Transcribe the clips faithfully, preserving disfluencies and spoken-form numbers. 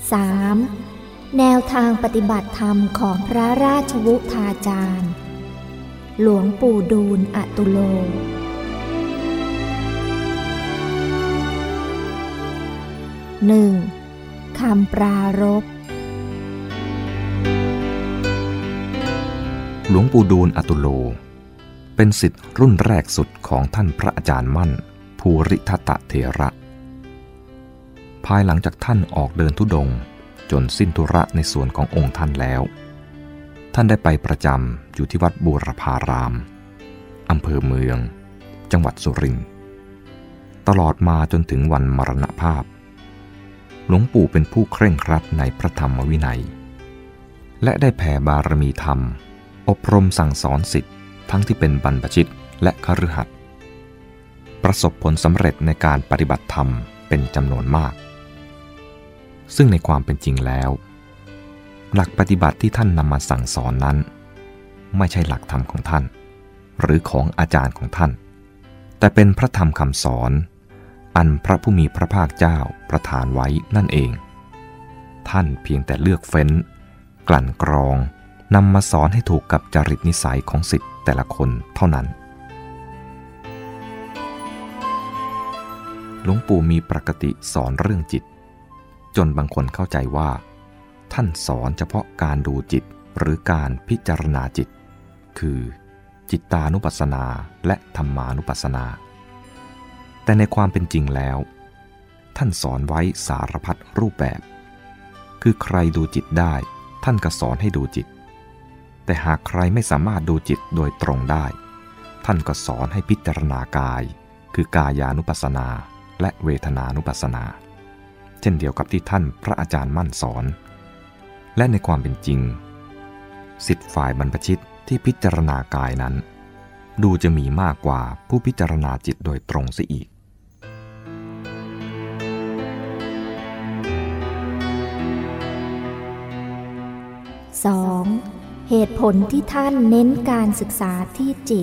สาม แนวทางปฏิบัติธรรมของพระราชวุฒาจารย์หลวงปู่ดูลย์อตุโล หนึ่ง. คำปรารภหลวงปู่ดูลย์อตุโลเป็นศิษย์รุ่นแรกสุดของท่านพระอาจารย์มั่นภูริทัตตเถระภายหลังจากท่านออกเดินธุดงค์จนสิ้นธุระในส่วนขององค์ท่านแล้วท่านได้ไปประจำอยู่ที่วัดบูรพารามอำเภอเมืองจังหวัดสุรินทร์ตลอดมาจนถึงวันมรณภาพหลวงปู่เป็นผู้เคร่งครัดในพระธรรมวินัยและได้แผ่บารมีธรรมอบรมสั่งสอนศิษย์ทั้งที่เป็นบรรพชิตและคฤหัสถ์ประสบผลสำเร็จในการปฏิบัติธรรมเป็นจำนวนมากซึ่งในความเป็นจริงแล้วหลักปฏิบัติที่ท่านนำมาสั่งสอนนั้นไม่ใช่หลักธรรมของท่านหรือของอาจารย์ของท่านแต่เป็นพระธรรมคำสอนอันพระผู้มีพระภาคเจ้าประทานไว้นั่นเองท่านเพียงแต่เลือกเฟ้นกลั่นกรองนำมาสอนให้ถูกกับจริตนิสัยของศิษย์แต่ละคนเท่านั้นหลวงปู่มีปกติสอนเรื่องจิตจนบางคนเข้าใจว่าท่านสอนเฉพาะการดูจิตหรือการพิจารณาจิตคือจิตตานุปัสสนาและธรรมานุปัสสนาแต่ในความเป็นจริงแล้วท่านสอนไว้สารพัดรูปแบบคือใครดูจิตได้ท่านก็สอนให้ดูจิตแต่หากใครไม่สามารถดูจิตโดยตรงได้ท่านก็สอนให้พิจารณากายคือกายานุปัสสนาและเวทนานุปัสสนาเช่นเดียวกับที่ท่านพระอาจารย์มั่นสอนและในความเป็นจริงศิษย์ฝ่ายบรรพชิตที่พิจารณากายนั้นดูจะมีมากกว่าผู้พิจารณาจิตโดยตรงเสียอีกสอง. เหตุผลที่ท่านเน้นการศึกษาที่จิต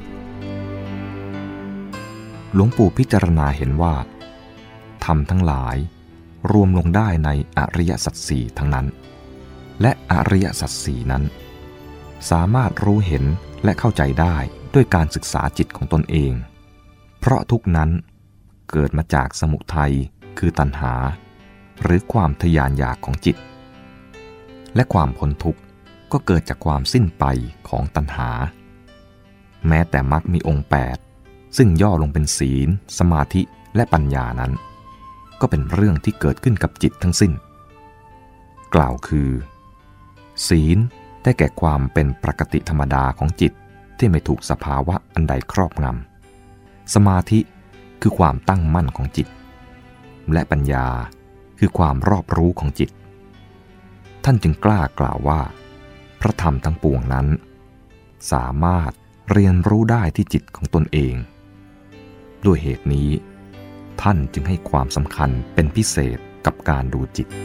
หลวงปู่พิจารณาเห็นว่าธรรมทั้งหลายรวมลงได้ในอริยสัจสี่ทั้งนั้นและอริยสัจสี่นั้นสามารถรู้เห็นและเข้าใจได้ด้วยการศึกษาจิตของตนเองเพราะทุกนั้นเกิดมาจากสมุทัยคือตัณหาหรือความทยานอยากของจิตและความพ้นทุกข์ก็เกิดจากความสิ้นไปของตัณหาแม้แต่มรรคมีองค์แปดซึ่งย่อลงเป็นศีลสมาธิและปัญญานั้นก็เป็นเรื่องที่เกิดขึ้นกับจิตทั้งสิ้นกล่าวคือศีลได้แก่ความเป็นปกติธรรมดาของจิตที่ไม่ถูกสภาวะอันใดครอบงำสมาธิคือความตั้งมั่นของจิตและปัญญาคือความรอบรู้ของจิตท่านจึงกล้ากล่าวว่าพระธรรมทั้งปวงนั้นสามารถเรียนรู้ได้ที่จิตของตนเองด้วยเหตุนี้ท่านจึงให้ความสำคัญเป็นพิเศษกับการดูจิต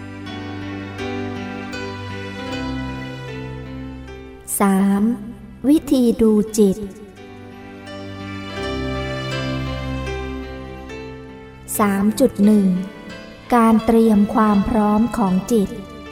สาม. วิธีดูจิต สามจุดหนึ่ง การเตรียมความพร้อมของจิต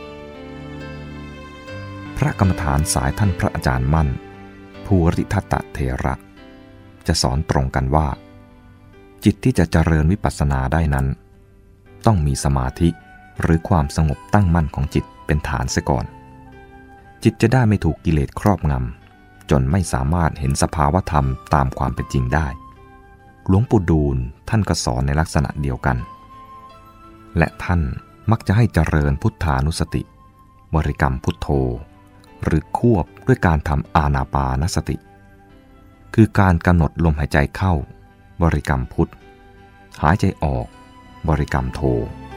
พระกรรมฐานสายท่านพระอาจารย์มั่นภูริทัตตเถระจะสอนตรงกันว่าจิตที่จะเจริญวิปัสสนาได้นั้นต้องมีสมาธิหรือความสงบตั้งมั่นของจิตเป็นฐานเสียก่อนจิตจะได้ไม่ถูกกิเลสครอบงำจนไม่สามารถเห็นสภาวธรรมตามความเป็นจริงได้หลวงปู่ดูลย์ท่านก็สอนในลักษณะเดียวกันและท่านมักจะให้เจริญพุทธานุสติบริกรรมพุทโธหรือควบด้วยการทำอานาปานสติคือการกำหนดลมหายใจเข้าบริกรรมพุทหายใจออกบริกรรมโธ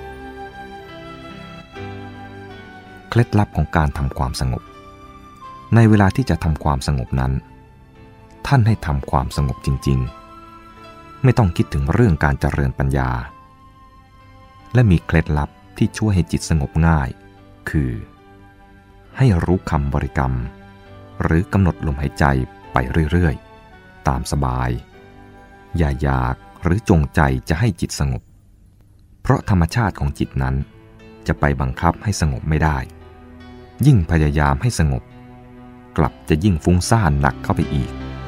เคล็ดลับของการทำความสงบในเวลาที่จะทำความสงบนั้นท่านให้ทำความสงบจริงๆไม่ต้องคิดถึงเรื่องการเจริญปัญญาและมีเคล็ดลับที่ช่วยให้จิตสงบง่ายคือให้รู้คำบริกรรมหรือกำหนดลมหายใจไปเรื่อยๆตามสบายอย่าอยากหรือจงใจจะให้จิตสงบเพราะธรรมชาติของจิตนั้นจะไปบังคับให้สงบไม่ได้ยิ่งพยายามให้สงบกลับจะยิ่งฟุ้งซ่านหนักเข้าไปอีก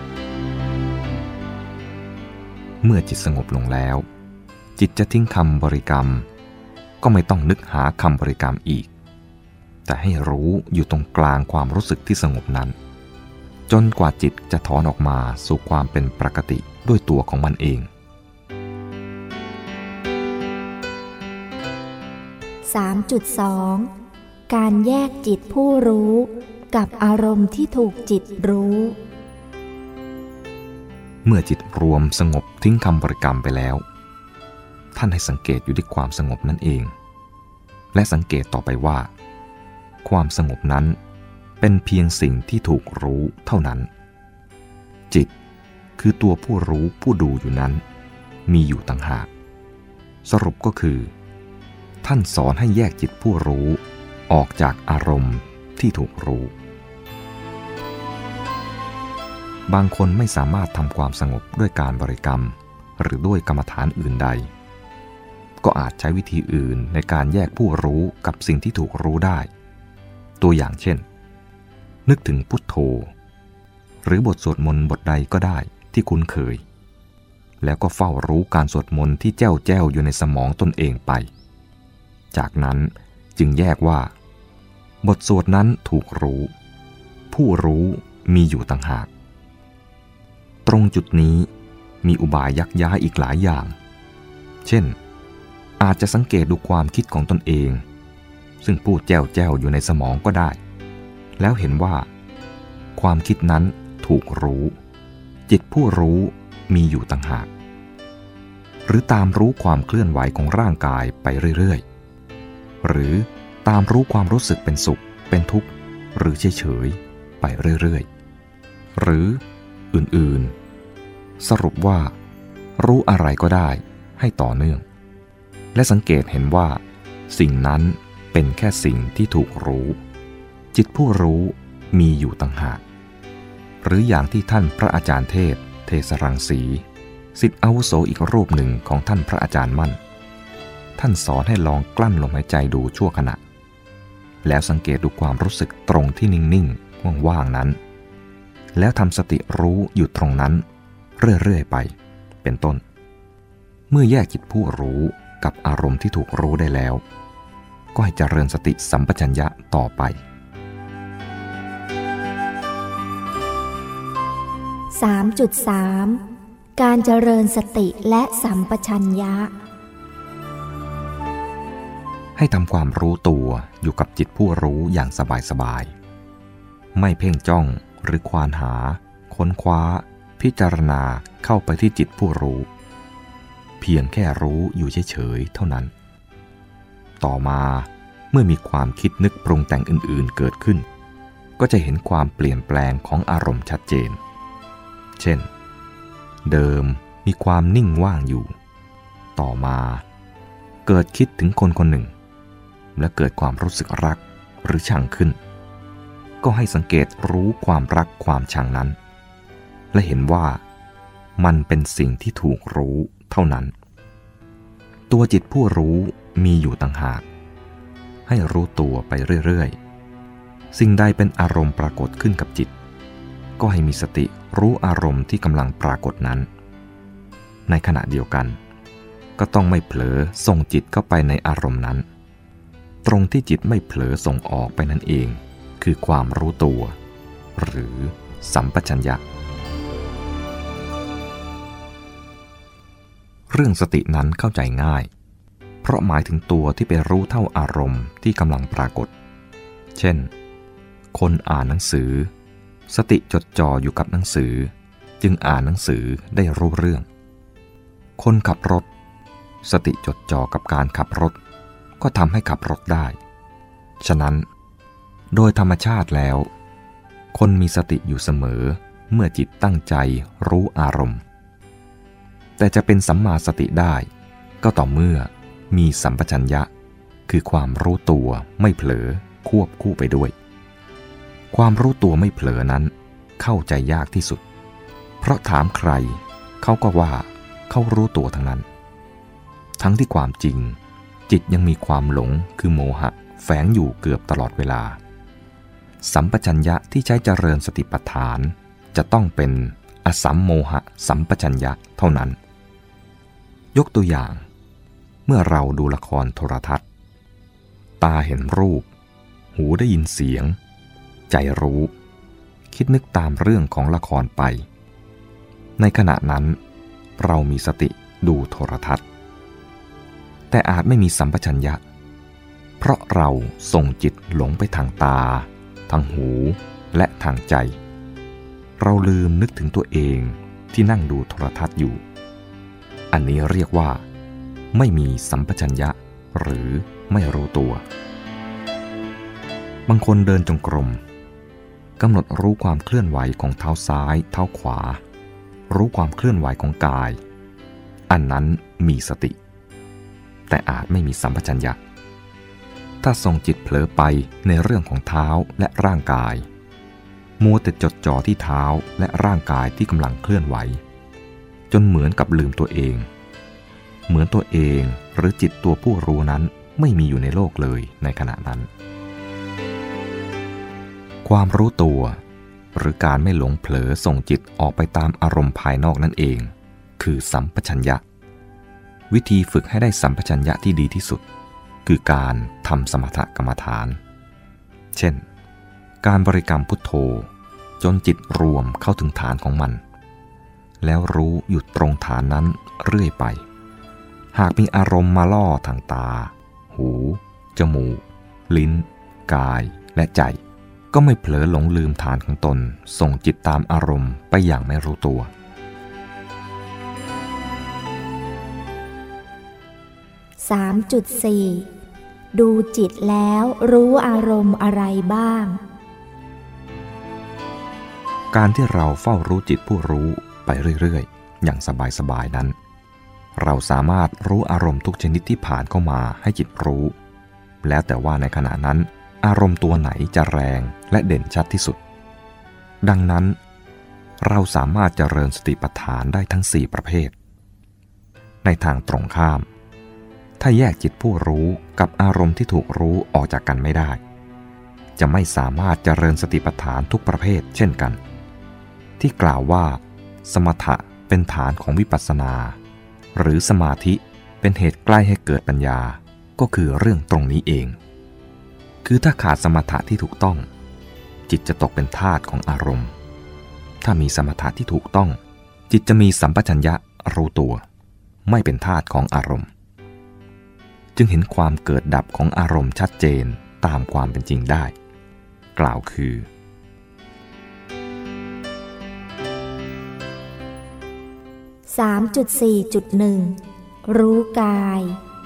เมื่อจิตสงบลงแล้วจิตจะทิ้งคำบริกรรมก็ไม่ต้องนึกหาคำบริกรรมอีกแต่ให้รู้อยู่ตรงกลางความรู้สึกที่สงบนั้นจนกว่าจิตจะถอนออกมาสู่ความเป็นปกติด้วยตัวของมันเองสามจุดสอง การแยกจิตผู้รู้กับอารมณ์ที่ถูกจิตรู้เมื่อจิตรวมสงบทิ้งคำบริกรรมไปแล้วท่านให้สังเกตอยู่ที่ความสงบนั่นเองและสังเกตต่อไปว่าความสงบนั้นเป็นเพียงสิ่งที่ถูกรู้เท่านั้นจิตคือตัวผู้รู้ผู้ดูอยู่นั้นมีอยู่ต่างหากสรุปก็คือท่านสอนให้แยกจิตผู้รู้ออกจากอารมณ์ที่ถูกรู้บางคนไม่สามารถทำความสงบด้วยการบริกรรมหรือด้วยกรรมฐานอื่นใดก็อาจใช้วิธีอื่นในการแยกผู้รู้กับสิ่งที่ถูกรู้ได้ตัวอย่างเช่นนึกถึงพุทโธหรือบทสวดมนต์บทใดก็ได้ที่คุ้นเคยแล้วก็เฝ้ารู้การสวดมนต์ที่แจ้วแจ้วอยู่ในสมองตนเองไปจากนั้นจึงแยกว่าบทสวดนั้นถูกรู้ผู้รู้มีอยู่ต่างหากตรงจุดนี้มีอุบายยักย้ายอีกหลายอย่างเช่นอาจจะสังเกตดูความคิดของตนเองซึ่งพูดแจ้วแจ้วอยู่ในสมองก็ได้แล้วเห็นว่าความคิดนั้นถูกรู้จิตผู้รู้มีอยู่ต่างหากหรือตามรู้ความเคลื่อนไหวของร่างกายไปเรื่อยๆหรือตามรู้ความรู้สึกเป็นสุขเป็นทุกข์หรือเฉยๆไปเรื่อยๆหรืออื่นๆสรุปว่ารู้อะไรก็ได้ให้ต่อเนื่องและสังเกตเห็นว่าสิ่งนั้นเป็นแค่สิ่งที่ถูกรู้จิตผู้รู้มีอยู่ต่างหากหรืออย่างที่ท่านพระอาจารย์เทพเทศรังสีศิษย์อาวุโสอีกรูปหนึ่งของท่านพระอาจารย์มั่นท่านสอนให้ลองกลั้นลมหายใจดูชั่วขณะแล้วสังเกตดูความรู้สึกตรงที่นิ่งๆว่างๆนั้นแล้วทำสติรู้อยู่ตรงนั้นเรื่อยๆไปเป็นต้นเมื่อแยกจิตผู้รู้กับอารมณ์ที่ถูกรู้ได้แล้วก็ให้เจริญสติสัมปชัญญะต่อไปสามจุดสาม การเจริญสติและสัมปชัญญะให้ทำความรู้ตัวอยู่กับจิตผู้รู้อย่างสบายๆไม่เพ่งจ้องหรือควานหาค้นคว้าพิจารณาเข้าไปที่จิตผู้รู้เพียงแค่รู้อยู่เฉยๆเท่านั้นต่อมาเมื่อมีความคิดนึกปรุงแต่งอื่นๆเกิดขึ้นก็จะเห็นความเปลี่ยนแปลงของอารมณ์ชัดเจนเช่นเดิมมีความนิ่งว่างอยู่ต่อมาเกิดคิดถึงคนคนหนึ่งและเกิดความรู้สึกรักหรือชังขึ้นก็ให้สังเกตรู้ความรักความชังนั้นและเห็นว่ามันเป็นสิ่งที่ถูกรู้เท่านั้นตัวจิตผู้รู้มีอยู่ต่างหากให้รู้ตัวไปเรื่อยๆสิ่งใดเป็นอารมณ์ปรากฏขึ้นกับจิตก็ให้มีสติรู้อารมณ์ที่กำลังปรากฏนั้นในขณะเดียวกันก็ต้องไม่เผลอส่งจิตเข้าไปในอารมณ์นั้นตรงที่จิตไม่เผลอส่งออกไปนั่นเองคือความรู้ตัวหรือสัมปชัญญะเรื่องสตินั้นเข้าใจง่ายเพราะหมายถึงตัวที่ไปรู้เท่าอารมณ์ที่กำลังปรากฏเช่นคนอ่านหนังสือสติจดจ่ออยู่กับหนังสือจึงอ่านหนังสือได้รู้เรื่องคนขับรถสติจดจ่อกับการขับรถก็ทำให้ขับรถได้ฉะนั้นโดยธรรมชาติแล้วคนมีสติอยู่เสมอเมื่อจิตตั้งใจรู้อารมณ์แต่จะเป็นสัมมาสติได้ก็ต่อเมื่อมีสัมปชัญญะคือความรู้ตัวไม่เผลอควบคู่ไปด้วยความรู้ตัวไม่เผลอนั้นเข้าใจยากที่สุดเพราะถามใครเขาก็ว่าเขารู้ตัวทั้งนั้นทั้งที่ความจริงจิตยังมีความหลงคือโมหะแฝงอยู่เกือบตลอดเวลาสัมปชัญญะที่ใช้เจริญสติปัฏฐานจะต้องเป็นอสัมโมหะสัมปชัญญะเท่านั้นยกตัวอย่างเมื่อเราดูละครโทรทัศน์ตาเห็นรูปหูได้ยินเสียงใจรู้คิดนึกตามเรื่องของละครไปในขณะนั้นเรามีสติดูโทรทัศน์แต่อาจไม่มีสัมปชัญญะเพราะเราส่งจิตหลงไปทางตาทางหูและทางใจเราลืมนึกถึงตัวเองที่นั่งดูโทรทัศน์อยู่อันนี้เรียกว่าไม่มีสัมปชัญญะหรือไม่รู้ตัวบางคนเดินจงกรมกำหนดรู้ความเคลื่อนไหวของเท้าซ้ายเท้าขวารู้ความเคลื่อนไหวของกายอันนั้นมีสติแต่อาจไม่มีสัมปชัญญะถ้าส่งจิตเผลอไปในเรื่องของเท้าและร่างกายมัวแต่จดจ่อที่เท้าและร่างกายที่กำลังเคลื่อนไหวจนเหมือนกับลืมตัวเองเหมือนตัวเองหรือจิตตัวผู้รู้นั้นไม่มีอยู่ในโลกเลยในขณะนั้นความรู้ตัวหรือการไม่หลงเผลอส่งจิตออกไปตามอารมณ์ภายนอกนั่นเองคือสัมปชัญญะวิธีฝึกให้ได้สัมปชัญญะที่ดีที่สุดคือการทำสมถกรรมฐานเช่นการบริกรรมพุทโธจนจิตรวมเข้าถึงฐานของมันแล้วรู้อยู่ตรงฐานนั้นเรื่อยไปหากมีอารมณ์มาล่อทางตาหูจมูกลิ้นกายและใจก็ไม่เผลอหลงลืมฐานของตนส่งจิตตามอารมณ์ไปอย่างไม่รู้ตัวสามจุดสี่ ดูจิตแล้วรู้อารมณ์อะไรบ้างการที่เราเฝ้ารู้จิตผู้รู้ไปเรื่อยๆอย่างสบายๆนั้นเราสามารถรู้อารมณ์ทุกชนิดที่ผ่านเข้ามาให้จิตรู้แล้วแต่ว่าในขณะนั้นอารมณ์ตัวไหนจะแรงและเด่นชัดที่สุดดังนั้นเราสามารถเจริญสติปัฏฐานได้ทั้งสี่ประเภทในทางตรงข้ามถ้าแยกจิตผู้รู้กับอารมณ์ที่ถูกรู้ออกจากกันไม่ได้จะไม่สามารถเจริญสติปัฏฐานทุกประเภทเช่นกันที่กล่าวว่าสมถะเป็นฐานของวิปัสสนาหรือสมาธิเป็นเหตุใกล้ให้เกิดปัญญาก็คือเรื่องตรงนี้เองคือถ้าขาดสมถะที่ถูกต้องจิตจะตกเป็นทาสของอารมณ์ถ้ามีสมถะที่ถูกต้องจิตจะมีสัมปชัญญะรู้ตัวไม่เป็นทาสของอารมณ์จึงเห็นความเกิดดับของอารมณ์ชัดเจนตามความเป็นจริงได้กล่าวคือสามจุดสี่จุดหนึ่ง รู้กาย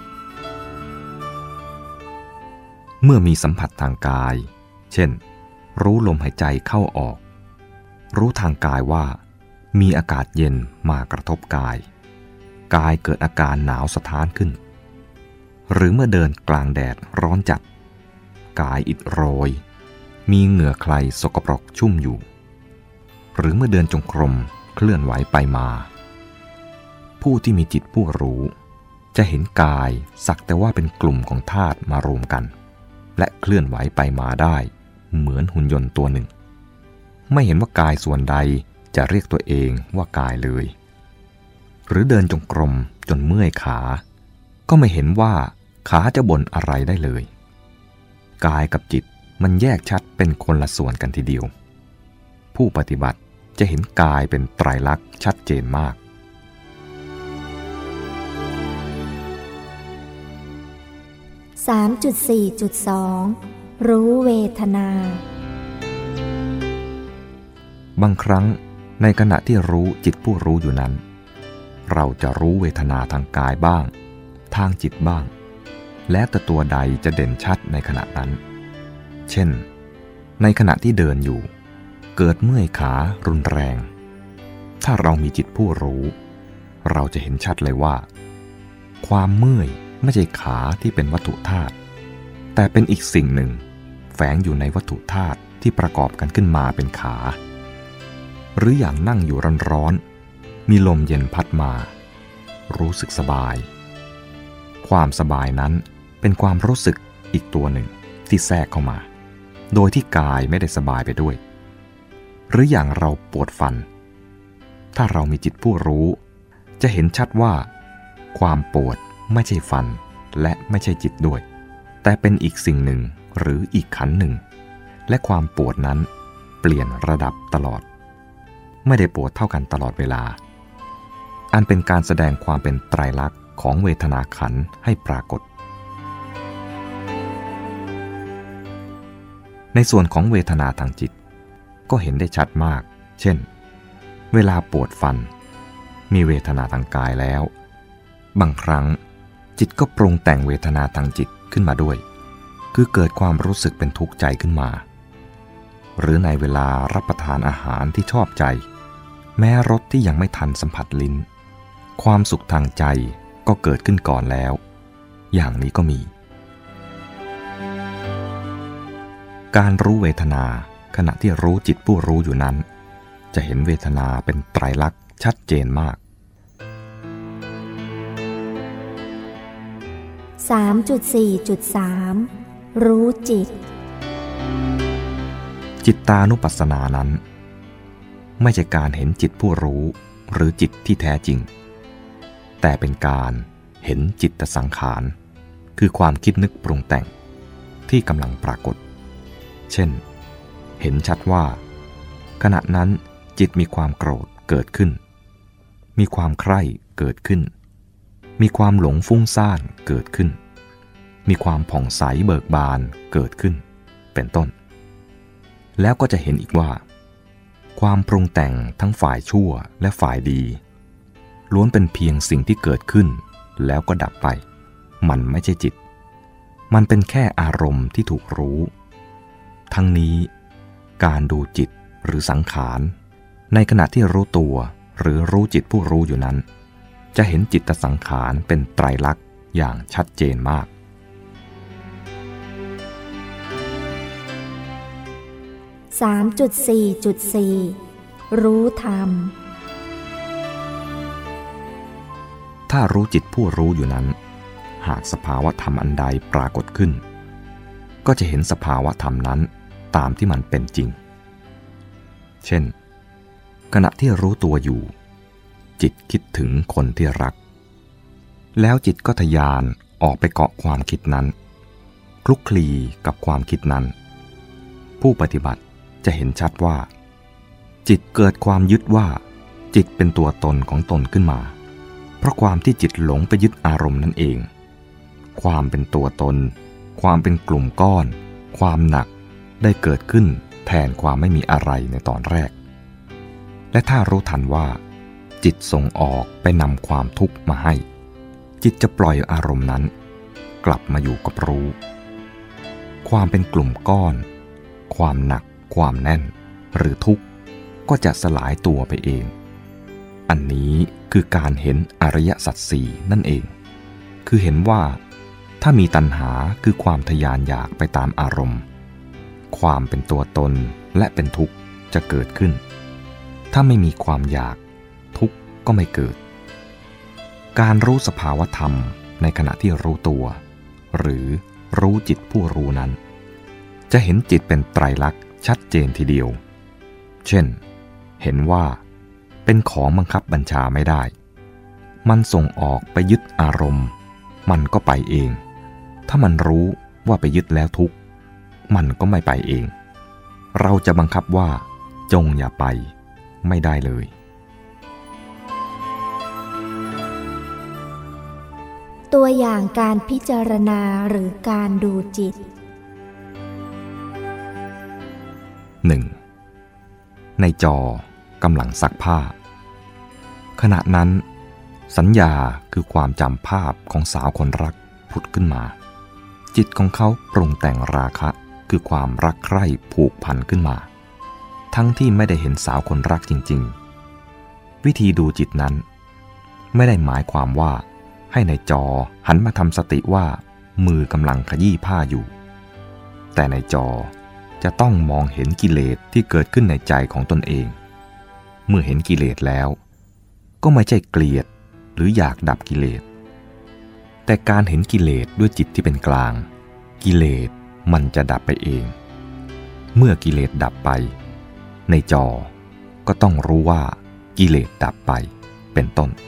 เมื่อมีสัมผัสทางกายเช่นรู้ลมหายใจเข้าออกรู้ทางกายว่ามีอากาศเย็นมากระทบกายกายเกิดอาการหนาวสะท้านขึ้นหรือเมื่อเดินกลางแดดร้อนจัดกายอิดโรยมีเหงื่อใครสกปรกชุ่มอยู่หรือเมื่อเดินจงกรมเคลื่อนไหวไปมาผู้ที่มีจิตผู้รู้จะเห็นกายสักแต่ว่าเป็นกลุ่มของธาตุมารวมกันและเคลื่อนไหวไปมาได้เหมือนหุ่นยนต์ตัวหนึ่งไม่เห็นว่ากายส่วนใดจะเรียกตัวเองว่ากายเลยหรือเดินจงกรมจนเมื่อยขาก็ไม่เห็นว่าขาจะบ่นอะไรได้เลยกายกับจิตมันแยกชัดเป็นคนละส่วนกันทีเดียวผู้ปฏิบัติจะเห็นกายเป็นไตรลักษณ์ชัดเจนมากสามจุดสี่จุดสอง รู้เวทนาบางครั้งในขณะที่รู้จิตผู้รู้อยู่นั้นเราจะรู้เวทนาทางกายบ้างทางจิตบ้างและแต่ตัวใดจะเด่นชัดในขณะนั้นเช่นในขณะที่เดินอยู่เกิดเมื่อยขารุนแรงถ้าเรามีจิตผู้รู้เราจะเห็นชัดเลยว่าความเมื่อยไม่ใช่ขาที่เป็นวัตถุธาตุแต่เป็นอีกสิ่งหนึ่งแฝงอยู่ในวัตถุธาตุที่ประกอบกันขึ้นมาเป็นขาหรืออย่างนั่งอยู่ร้อนๆมีลมเย็นพัดมารู้สึกสบายคความสบายนั้นเป็นความรู้สึกอีกตัวหนึ่งที่แทรกเข้ามาโดยที่กายไม่ได้สบายไปด้วยหรืออย่างเราปวดฟันถ้าเรามีจิตผู้รู้จะเห็นชัดว่าความปวดไม่ใช่ฟันและไม่ใช่จิตด้วยแต่เป็นอีกสิ่งหนึ่งหรืออีกขันธ์หนึ่งและความปวดนั้นเปลี่ยนระดับตลอดไม่ได้ปวดเท่ากันตลอดเวลาอันเป็นการแสดงความเป็นไตรลักษณ์ของเวทนาขันธ์ให้ปรากฏในส่วนของเวทนาทางจิตก็เห็นได้ชัดมากเช่นเวลาปวดฟันมีเวทนาทางกายแล้วบางครั้งจิตก็ปรุงแต่งเวทนาทางจิตขึ้นมาด้วยคือเกิดความรู้สึกเป็นทุกข์ใจขึ้นมาหรือในเวลารับประทานอาหารที่ชอบใจแม้รสที่ยังไม่ทันสัมผัสลิ้นความสุขทางใจก็เกิดขึ้นก่อนแล้วอย่างนี้ก็มีการรู้เวทนาขณะที่รู้จิตผู้รู้อยู่นั้นจะเห็นเวทนาเป็นไตรลักษณ์ชัดเจนมากสามจุดสี่จุดสาม รู้จิตจิตตานุปัสสนานั้นไม่ใช่การเห็นจิตผู้รู้หรือจิตที่แท้จริงแต่เป็นการเห็นจิตสังขารคือความคิดนึกปรุงแต่งที่กำลังปรากฏเช่นเห็นชัดว่าขณะนั้นจิตมีความโกรธเกิดขึ้นมีความใคร่เกิดขึ้นมีความหลงฟุ้งซ่านเกิดขึ้นมีความผ่องใสเบิกบานเกิดขึ้นเป็นต้นแล้วก็จะเห็นอีกว่าความปรุงแต่งทั้งฝ่ายชั่วและฝ่ายดีล้วนเป็นเพียงสิ่งที่เกิดขึ้นแล้วก็ดับไปมันไม่ใช่จิตมันเป็นแค่อารมณ์ที่ถูกรู้ทั้งนี้การดูจิตหรือสังขารในขณะที่รู้ตัวหรือรู้จิตผู้รู้อยู่นั้นจะเห็นจิตสังขารเป็นไตรลักษณ์อย่างชัดเจนมากสามจุดสี่จุดสี่ รู้ธรรมถ้ารู้จิตผู้รู้อยู่นั้นหากสภาวะธรรมอันใดปรากฏขึ้นก็จะเห็นสภาวะธรรมนั้นตามที่มันเป็นจริงเช่นขณะที่รู้ตัวอยู่จิตคิดถึงคนที่รักแล้วจิตก็ทะยานออกไปเกาะความคิดนั้นคลุกคลีกับความคิดนั้นผู้ปฏิบัติจะเห็นชัดว่าจิตเกิดความยึดว่าจิตเป็นตัวตนของตนขึ้นมาเพราะความที่จิตหลงไปยึดอารมณ์นั่นเองความเป็นตัวตนความเป็นกลุ่มก้อนความหนักได้เกิดขึ้นแทนความไม่มีอะไรในตอนแรกและถ้ารู้ทันว่าจิตส่งออกไปนำความทุกข์มาให้จิตจะปล่อยอารมณ์นั้นกลับมาอยู่กับรู้ความเป็นกลุ่มก้อนความหนักความแน่นหรือทุกข์ก็จะสลายตัวไปเองอันนี้คือการเห็นอริยสัจสี่นั่นเองคือเห็นว่าถ้ามีตัณหาคือความทะยานอยากไปตามอารมณ์ความเป็นตัวตนและเป็นทุกข์จะเกิดขึ้นถ้าไม่มีความอยากทุกข์ก็ไม่เกิดการรู้สภาวธรรมในขณะที่รู้ตัวหรือรู้จิตผู้รู้นั้นจะเห็นจิตเป็นไตรลักษณ์ชัดเจนทีเดียวเช่นเห็นว่าเป็นของบังคับบัญชาไม่ได้มันส่งออกไปยึดอารมณ์มันก็ไปเองถ้ามันรู้ว่าไปยึดแล้วทุกข์มันก็ไม่ไปเองเราจะบังคับว่าจงอย่าไปไม่ได้เลยตัวอย่างการพิจารณาหรือการดูจิตหนึ่ง. ในจอกำลังซักผ้าขณะนั้นสัญญาคือความจำภาพของสาวคนรักผุดขึ้นมาจิตของเขาปรุงแต่งราคะคือความรักใคร่ผูกพันขึ้นมาทั้งที่ไม่ได้เห็นสาวคนรักจริงๆวิธีดูจิตนั้นไม่ได้หมายความว่าให้ในจอหันมาทำสติว่ามือกำลังขยี้ผ้าอยู่แต่ในจอจะต้องมองเห็นกิเลสที่เกิดขึ้นในใจของตนเองเมื่อเห็นกิเลสแล้วก็ไม่ใช่เกลียดหรืออยากดับกิเลสแต่การเห็นกิเลสด้วยจิตที่เป็นกลางกิเลสมันจะดับไปเองเมื่อกิเลสดับไปในจอก็ต้องรู้ว่ากิเลสดับไปเป็นต้น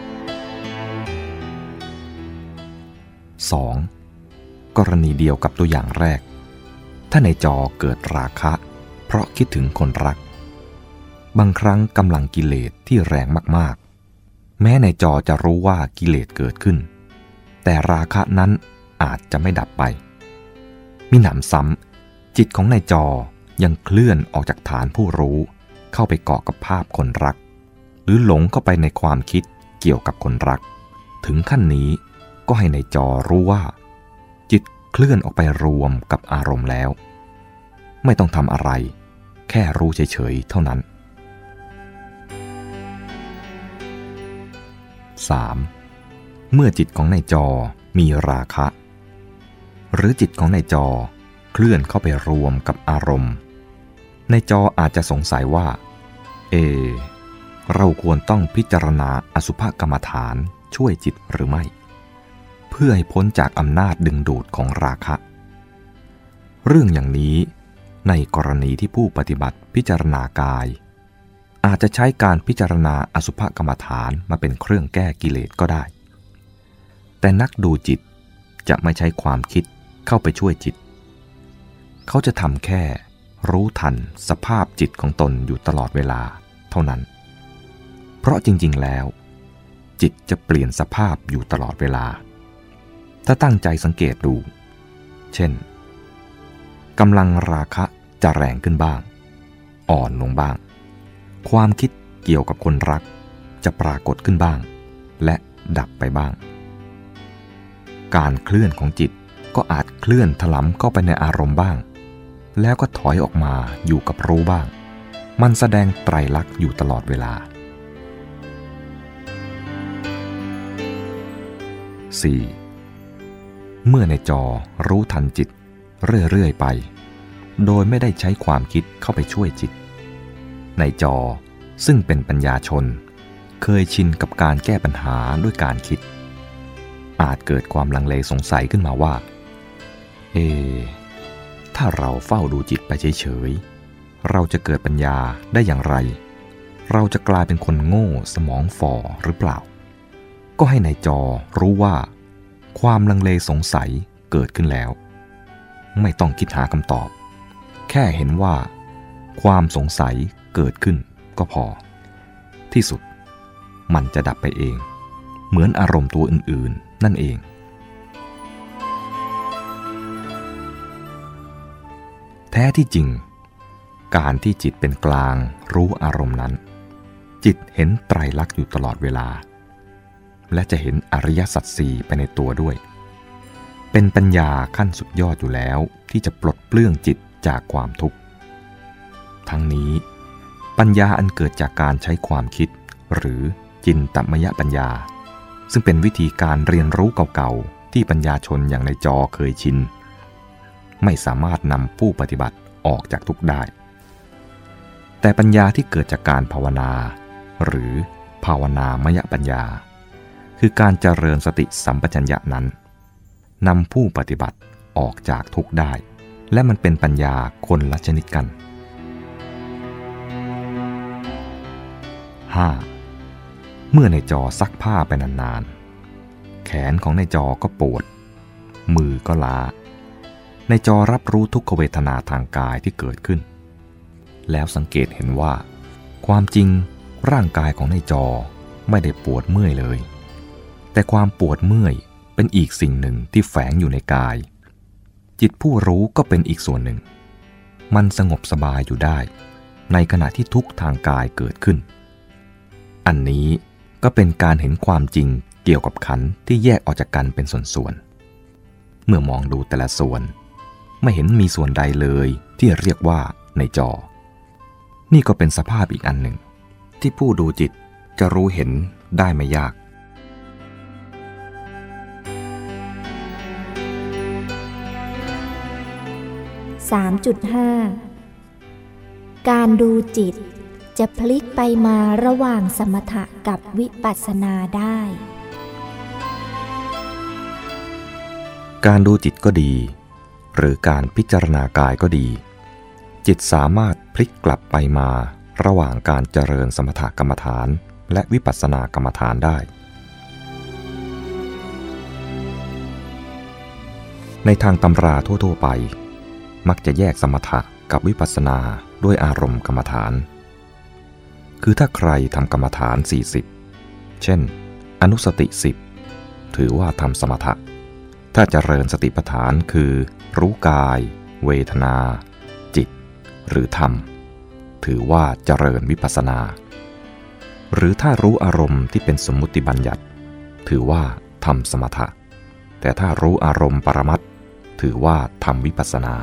สอง. กรณีเดียวกับตัวอย่างแรกถ้าในจอเกิดราคะเพราะคิดถึงคนรักบางครั้งกำลังกิเลสที่แรงมากๆแม้ในจอจะรู้ว่ากิเลสเกิดขึ้นแต่ราคะนั้นอาจจะไม่ดับไปมิหนำซ้ำจิตของในจอยังเคลื่อนออกจากฐานผู้รู้เข้าไปเกาะกับภาพคนรักหรือหลงเข้าไปในความคิดเกี่ยวกับคนรักถึงขั้นนี้ก็ให้ในจอรู้ว่าจิตเคลื่อนออกไปรวมกับอารมณ์แล้วไม่ต้องทำอะไรแค่รู้เฉยๆเท่านั้น สาม. เมื่อจิตของในจอมีราคะหรือจิตของในจอเคลื่อนเข้าไปรวมกับอารมณ์ในจออาจจะสงสัยว่าเอเราควรต้องพิจารณาอสุภกรรมฐานช่วยจิตหรือไม่เพื่อให้พ้นจากอำนาจดึงดูดของราคะเรื่องอย่างนี้ในกรณีที่ผู้ปฏิบัติพิจารณากายอาจจะใช้การพิจารณาอสุภกรรมฐานมาเป็นเครื่องแก้กิเลสก็ได้แต่นักดูจิตจะไม่ใช้ความคิดเข้าไปช่วยจิตเขาจะทำแค่รู้ทันสภาพจิตของตนอยู่ตลอดเวลาเท่านั้นเพราะจริงๆแล้วจิตจะเปลี่ยนสภาพอยู่ตลอดเวลาถ้าตั้งใจสังเกตดูเช่นกำลังราคะจะแรงขึ้นบ้างอ่อนลงบ้างความคิดเกี่ยวกับคนรักจะปรากฏขึ้นบ้างและดับไปบ้างการเคลื่อนของจิตก็อาจเคลื่อนถลำเข้าไปในอารมณ์บ้างแล้วก็ถอยออกมาอยู่กับรู้บ้างมันแสดงไตรลักษณ์อยู่ตลอดเวลา สี่. เมื่อในจอรู้ทันจิตเรื่อยๆไปโดยไม่ได้ใช้ความคิดเข้าไปช่วยจิตในจอซึ่งเป็นปัญญาชนเคยชินกับการแก้ปัญหาด้วยการคิดอาจเกิดความลังเลสงสัยขึ้นมาว่าเอถ้าเราเฝ้าดูจิตไปเฉยๆเราจะเกิดปัญญาได้อย่างไรเราจะกลายเป็นคนโง่สมองฝ่อหรือเปล่าก็ให้ในจอรู้ว่าความลังเลสงสัยเกิดขึ้นแล้วไม่ต้องคิดหาคำตอบแค่เห็นว่าความสงสัยเกิดขึ้นก็พอที่สุดมันจะดับไปเองเหมือนอารมณ์ตัวอื่นๆนั่นเองแท้ที่จริงการที่จิตเป็นกลางรู้อารมณ์นั้นจิตเห็นไตรลักษณ์อยู่ตลอดเวลาและจะเห็นอริยสัจสี่ไปในตัวด้วยเป็นปัญญาขั้นสุดยอดอยู่แล้วที่จะปลดเปลื้องจิตจากความทุกข์ทั้งนี้ปัญญาอันเกิดจากการใช้ความคิดหรือจินตมยปัญญาซึ่งเป็นวิธีการเรียนรู้เก่าๆที่ปัญญาชนอย่างในจอเคยชินไม่สามารถนำผู้ปฏิบัติออกจากทุกข์ได้แต่ปัญญาที่เกิดจากการภาวนาหรือภาวนามยปัญญาคือการเจริญสติสัมปชัญญะนั้นนำผู้ปฏิบัติออกจากทุกข์ได้และมันเป็นปัญญาคนละชนิดกัน ห้า. เมื่อในจอซักผ้าไปนานๆแขนของในจอก็ปวดมือก็ล้าในจอรับรู้ทุกขเวทนาทางกายที่เกิดขึ้นแล้วสังเกตเห็นว่าความจริงร่างกายของในจอไม่ได้ปวดเมื่อยเลยแต่ความปวดเมื่อยเป็นอีกสิ่งหนึ่งที่แฝงอยู่ในกายจิตผู้รู้ก็เป็นอีกส่วนหนึ่งมันสงบสบายอยู่ได้ในขณะที่ทุกข์ทางกายเกิดขึ้นอันนี้ก็เป็นการเห็นความจริงเกี่ยวกับขันธ์ที่แยกออกจากกันเป็นส่วนๆเมื่อมองดูแต่ละส่วนไม่เห็นมีส่วนใดเลยที่เรียกว่าในจอนี่ก็เป็นสภาพอีกอันหนึ่งที่ผู้ดูจิตจะรู้เห็นได้ไม่ยากสามจุดห้า การดูจิตจะพลิกไปมาระหว่างสมถะกับวิปัสสนาได้การดูจิตก็ดีหรือการพิจารณากายก็ดีจิตสามารถพลิกกลับไปมาระหว่างการเจริญสมถกรรมฐานและวิปัสสนากรรมฐานได้ในทางตำราทั่วๆไปมักจะแยกสมถะกับวิปัสสนาด้วยอารมณ์กรรมฐานคือถ้าใครทำกรรมฐานสี่สิบเช่นอนุสติสิบถือว่าทำสมถะถ้าเจริญสติปัฏฐานคือรู้กายเวทนาจิตหรือธรรมถือว่าเจริญวิปัสสนาหรือถ้ารู้อารมณ์ที่เป็นสมมุติบัญญัติถือว่าทำสมถะแต่ถ้ารู้อารมณ์ปรมัตถ์ถือว่าทำวิปัสสนา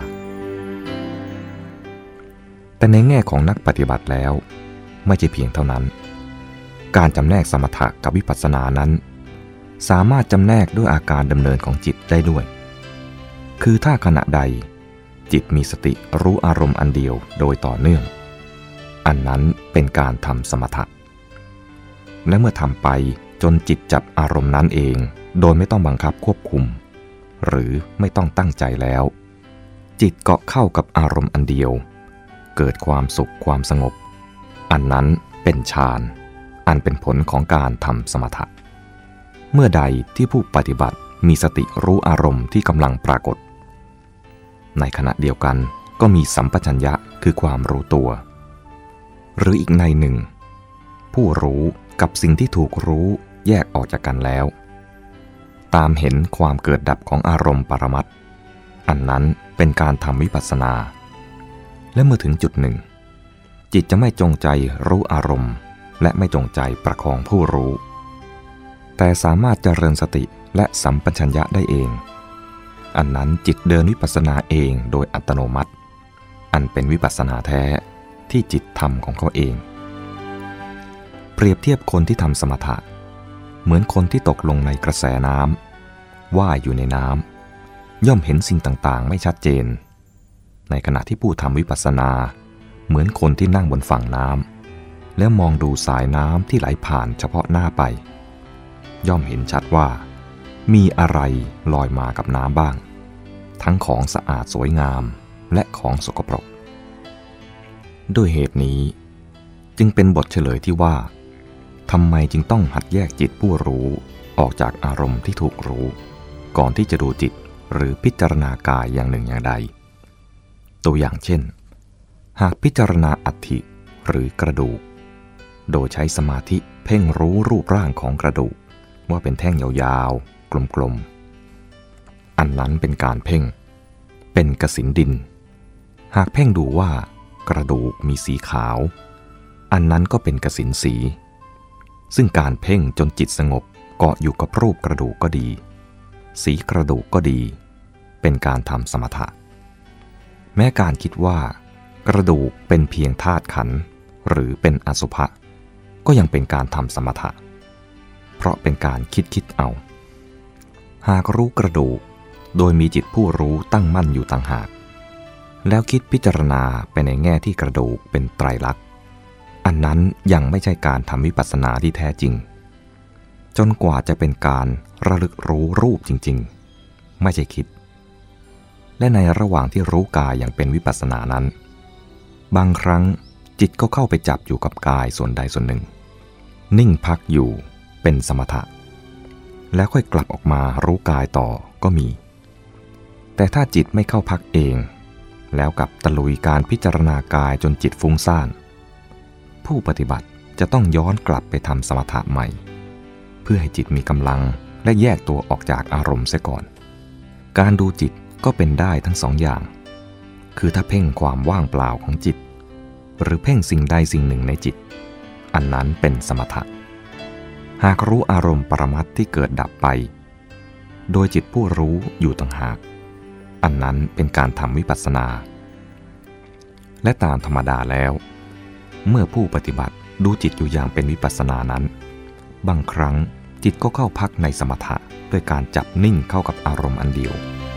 แต่ในแง่ของนักปฏิบัติแล้วไม่ใช่เพียงเท่านั้นการจำแนกสมถะกับวิปัสสนานั้นสามารถจำแนกด้วยอาการดำเนินของจิตได้ด้วยคือถ้าขณะใดจิตมีสติรู้อารมณ์อันเดียวโดยต่อเนื่องอันนั้นเป็นการทำสมถะและเมื่อทำไปจนจิตจับอารมณ์นั้นเองโดยไม่ต้องบังคับควบคุมหรือไม่ต้องตั้งใจแล้วจิตเกาะเข้ากับอารมณ์อันเดียวเกิดความสุขความสงบอันนั้นเป็นฌานอันเป็นผลของการทำสมถะเมื่อใดที่ผู้ปฏิบัติมีสติรู้อารมณ์ที่กำลังปรากฏในขณะเดียวกันก็มีสัมปชัญญะคือความรู้ตัวหรืออีกในหนึ่งผู้รู้กับสิ่งที่ถูกรู้แยกออกจากกันแล้วตามเห็นความเกิดดับของอารมณ์ปรมัตถ์อันนั้นเป็นการทำวิปัสสนาและเมื่อถึงจุดหนึ่งจิตจะไม่จงใจรู้อารมณ์และไม่จงใจประคองผู้รู้แต่สามารถเจริญสติและสัมปชัญญะได้เองอันนั้นจิตเดินวิปัสสนาเองโดยอัตโนมัติอันเป็นวิปัสสนาแท้ที่จิตทำของเขาเองเปรียบเทียบคนที่ทำสมถะเหมือนคนที่ตกลงในกระแสน้ำว่ายอยู่ในน้ำย่อมเห็นสิ่งต่างๆไม่ชัดเจนในขณะที่ผู้ทำวิปัสสนาเหมือนคนที่นั่งบนฝั่งน้ำแล้วมองดูสายน้ำที่ไหลผ่านเฉพาะหน้าไปย่อมเห็นชัดว่ามีอะไรลอยมากับน้ำบ้างทั้งของสะอาดสวยงามและของสกปรกด้วยเหตุนี้จึงเป็นบทเฉลยที่ว่าทำไมจึงต้องหัดแยกจิตผู้รู้ออกจากอารมณ์ที่ถูกรู้ก่อนที่จะดูจิตหรือพิจารณากายอย่างหนึ่งอย่างใดตัวอย่างเช่นหากพิจารณาอัฐิหรือกระดูกโดยใช้สมาธิเพ่งรู้รูปร่างของกระดูกว่าเป็นแท่งยาวๆกลมๆอันนั้นเป็นการเพ่งเป็นกสิณดินหากเพ่งดูว่ากระดูกมีสีขาวอันนั้นก็เป็นกสิณสีซึ่งการเพ่งจนจิตสงบเกาะอยู่กับรูปกระดูกก็ดีสีกระดูกก็ดีเป็นการทำสมถะแม้การคิดว่ากระดูกเป็นเพียงธาตุขันธ์หรือเป็นอสุภะก็ยังเป็นการทำสมถะเพราะเป็นการคิดคิดเอาหากรู้กระดูกโดยมีจิตผู้รู้ตั้งมั่นอยู่ต่างหากแล้วคิดพิจารณาไปในแง่ที่กระดูกเป็นไตรลักษณ์อันนั้นยังไม่ใช่การทำวิปัสสนาที่แท้จริงจนกว่าจะเป็นการระลึกรู้รูปจริงๆไม่ใช่คิดและในระหว่างที่รู้กายอย่างเป็นวิปัสสนานั้นบางครั้งจิตก็เข้าไปจับอยู่กับกายส่วนใดส่วนหนึ่งนิ่งพักอยู่เป็นสมถะแล้วค่อยกลับออกมารู้กายต่อก็มีแต่ถ้าจิตไม่เข้าพักเองแล้วกับตะลุยการพิจารณากายจนจิตฟุ้งซ่านผู้ปฏิบัติจะต้องย้อนกลับไปทำสมถะใหม่เพื่อให้จิตมีกำลังและแยกตัวออกจากอารมณ์เสียก่อนการดูจิตก็เป็นได้ทั้งสองอย่างคือถ้าเพ่งความว่างเปล่าของจิตหรือเพ่งสิ่งใดสิ่งหนึ่งในจิตอันนั้นเป็นสมถะหากรู้อารมณ์ปรมัตถ์ที่เกิดดับไปโดยจิตผู้รู้อยู่ต่างหากอันนั้นเป็นการทำวิปัสสนาและตามธรรมดาแล้วเมื่อผู้ปฏิบัติดูจิตอยู่อย่างเป็นวิปัสสนานั้นบางครั้งจิตก็เข้าพักในสมถะด้วยการจับนิ่งเข้ากับอารมณ์อันเดียว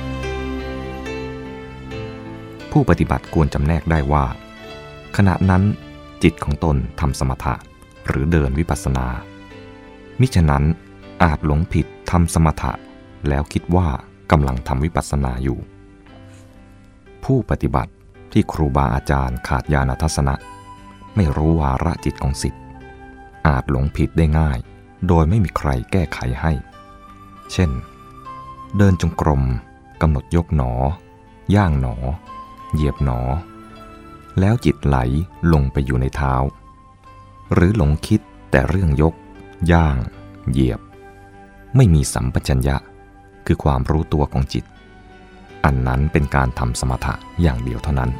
ผู้ปฏิบัติควรจำแนกได้ว่าขณะนั้นจิตของตนทำสมถะหรือเดินวิปัสสนามิฉะนั้นอาจหลงผิดทำสมถะแล้วคิดว่ากกำลังทำวิปัสสนาอยู่ผู้ปฏิบัติที่ครูบาอาจารย์ขาดญาณทัศนะไม่รู้วาระจิตของศิษย์อาจหลงผิดได้ง่ายโดยไม่มีใครแก้ไขให้เช่นเดินจงกรมกำหนดยกหนอย่างหนอเหยียบหนอแล้วจิตไหลลงไปอยู่ในเท้าหรือหลงคิดแต่เรื่องยกย่างเหยียบไม่มีสัมปชัญญะคือความรู้ตัวของจิตอันนั้นเป็นการทำสมถะอย่างเดียวเท่านั้น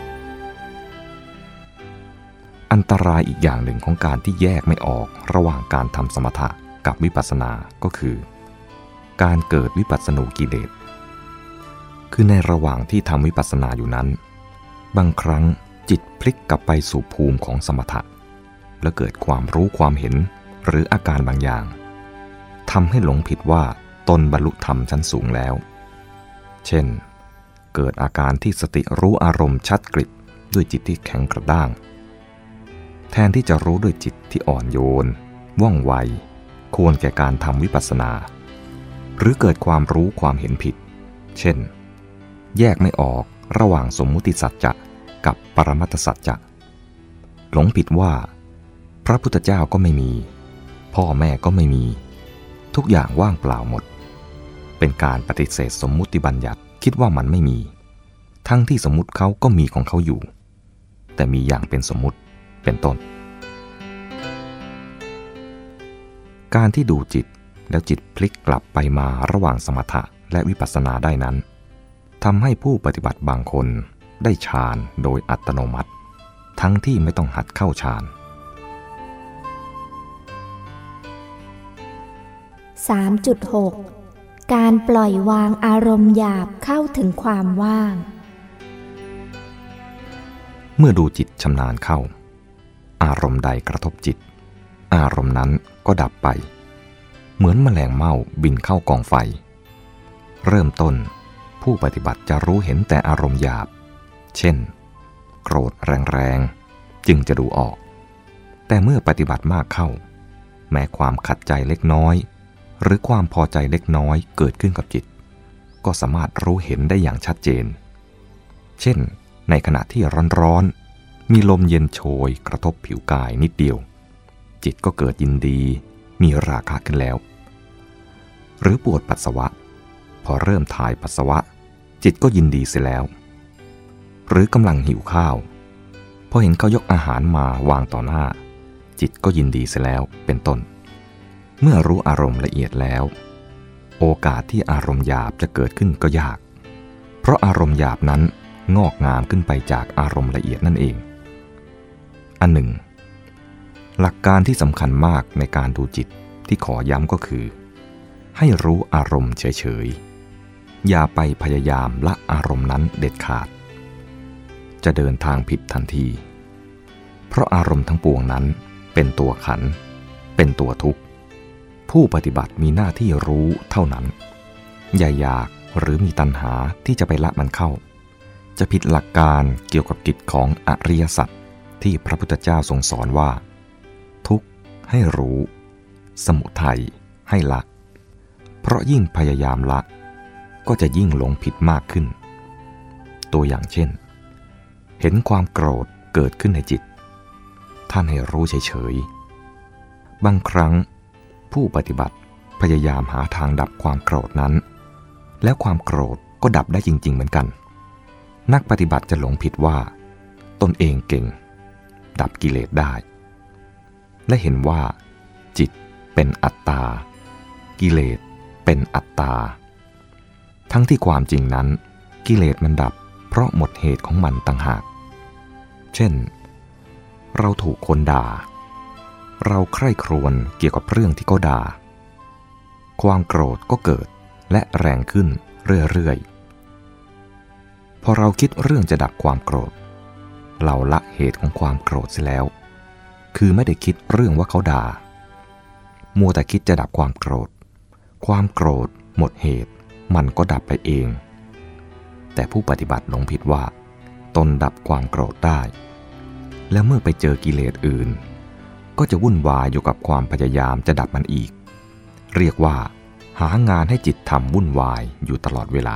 อันตรายอีกอย่างหนึ่งของการที่แยกไม่ออกระหว่างการทำสมถะกับวิปัสสนาก็คือการเกิดวิปัสสนูกิเลสคือในระหว่างที่ทำวิปัสสนาอยู่นั้นบางครั้งจิตพลิกกลับไปสู่ภูมิของสมถะและเกิดความรู้ความเห็นหรืออาการบางอย่างทำให้หลงผิดว่าตนบรรลุธรรมชั้นสูงแล้วเช่นเกิดอาการที่สติรู้อารมณ์ชัดกริบด้วยจิตที่แข็งกระด้างแทนที่จะรู้ด้วยจิตที่อ่อนโยนว่องไวควรแก่การทำวิปัสสนาหรือเกิดความรู้ความเห็นผิดเช่นแยกไม่ออกระหว่างสมมุติสัจจะกับปรมัตถสัจจะหลงผิดว่าพระพุทธเจ้าก็ไม่มีพ่อแม่ก็ไม่มีทุกอย่างว่างเปล่าหมดเป็นการปฏิเสธสมมุติบัญญัติคิดว่ามันไม่มีทั้งที่สมมุติเขาก็มีของเขาอยู่แต่มีอย่างเป็นสมมุติเป็นต้นการที่ดูจิตแล้วจิตพลิกกลับไปมาระหว่างสมถะและวิปัสสนาได้นั้นทำให้ผู้ปฏิบัติบางคนได้ฌานโดยอัตโนมัติทั้งที่ไม่ต้องหัดเข้าฌานสามจุดหก การปล่อยวางอารมณ์หยาบเข้าถึงความว่างเมื่อดูจิตชำนาญเข้าอารมณ์ใดกระทบจิตอารมณ์นั้นก็ดับไปเหมือนแมลงเม่าบินเข้ากองไฟเริ่มต้นผู้ปฏิบัติจะรู้เห็นแต่อารมณ์หยาบเช่นโกรธแรงๆจึงจะดูออกแต่เมื่อปฏิบัติมากเข้าแม้ความขัดใจเล็กน้อยหรือความพอใจเล็กน้อยเกิดขึ้นกับจิตก็สามารถรู้เห็นได้อย่างชัดเจนเช่นในขณะที่ร้อนๆมีลมเย็นโชยกระทบผิวกายนิดเดียวจิตก็เกิดยินดีมีราคะขึ้นแล้วหรือปวดปัสสาวะพอเริ่มถ่ายปัสสาวะจิตก็ยินดีเสียแล้วหรือกำลังหิวข้าวพอเห็นเขายกอาหารมาวางต่อหน้าจิตก็ยินดีเสียแล้วเป็นต้นเมื่อรู้อารมณ์ละเอียดแล้วโอกาสที่อารมณ์หยาบจะเกิดขึ้นก็ยากเพราะอารมณ์หยาบนั้นงอกงามขึ้นไปจากอารมณ์ละเอียดนั่นเองอันหนึ่งหลักการที่สำคัญมากในการดูจิตที่ขอย้ำก็คือให้รู้อารมณ์เฉยๆอย่าไปพยายามละอารมณ์นั้นเด็ดขาดจะเดินทางผิดทันทีเพราะอารมณ์ทั้งปวงนั้นเป็นตัวขันธ์เป็นตัวทุกข์ผู้ปฏิบัติมีหน้าที่รู้เท่านั้นอย่าอยากหรือมีตัณหาที่จะไปละมันเข้าจะผิดหลักการเกี่ยวกับกิจของอริยสัจที่พระพุทธเจ้าทรงสอนว่าทุกข์ให้รู้สมุทัยให้ละเพราะยิ่งพยายามละก็จะยิ่งหลงผิดมากขึ้นตัวอย่างเช่นเห็นความโกรธเกิดขึ้นในจิตท่านให้รู้เฉยๆบางครั้งผู้ปฏิบัติพยายามหาทางดับความโกรธนั้นแล้วความโกรธก็ดับได้จริงๆเหมือนกันนักปฏิบัติจะหลงผิดว่าตนเองเก่งดับกิเลสได้และเห็นว่าจิตเป็นอัตตากิเลสเป็นอัตตาทั้งที่ความจริงนั้นกิเลสมันดับเพราะหมดเหตุของมันต่างหากเช่นเราถูกคนด่าเราใคร่ครวญเกี่ยวกับเรื่องที่เขาด่าความโกรธก็เกิดและแรงขึ้นเรื่อยๆพอเราคิดเรื่องจะดับความโกรธเราละเหตุของความโกรธเสียแล้วคือไม่ได้คิดเรื่องว่าเขาด่ามัวแต่คิดจะดับความโกรธความโกรธหมดเหตุมันก็ดับไปเองแต่ผู้ปฏิบัติหลงผิดว่าตนดับความโกรธได้และเมื่อไปเจอกิเลสอื่นก็จะวุ่นวายอยู่กับความพยายามจะดับมันอีกเรียกว่าหางานให้จิตทำวุ่นวายอยู่ตลอดเวลา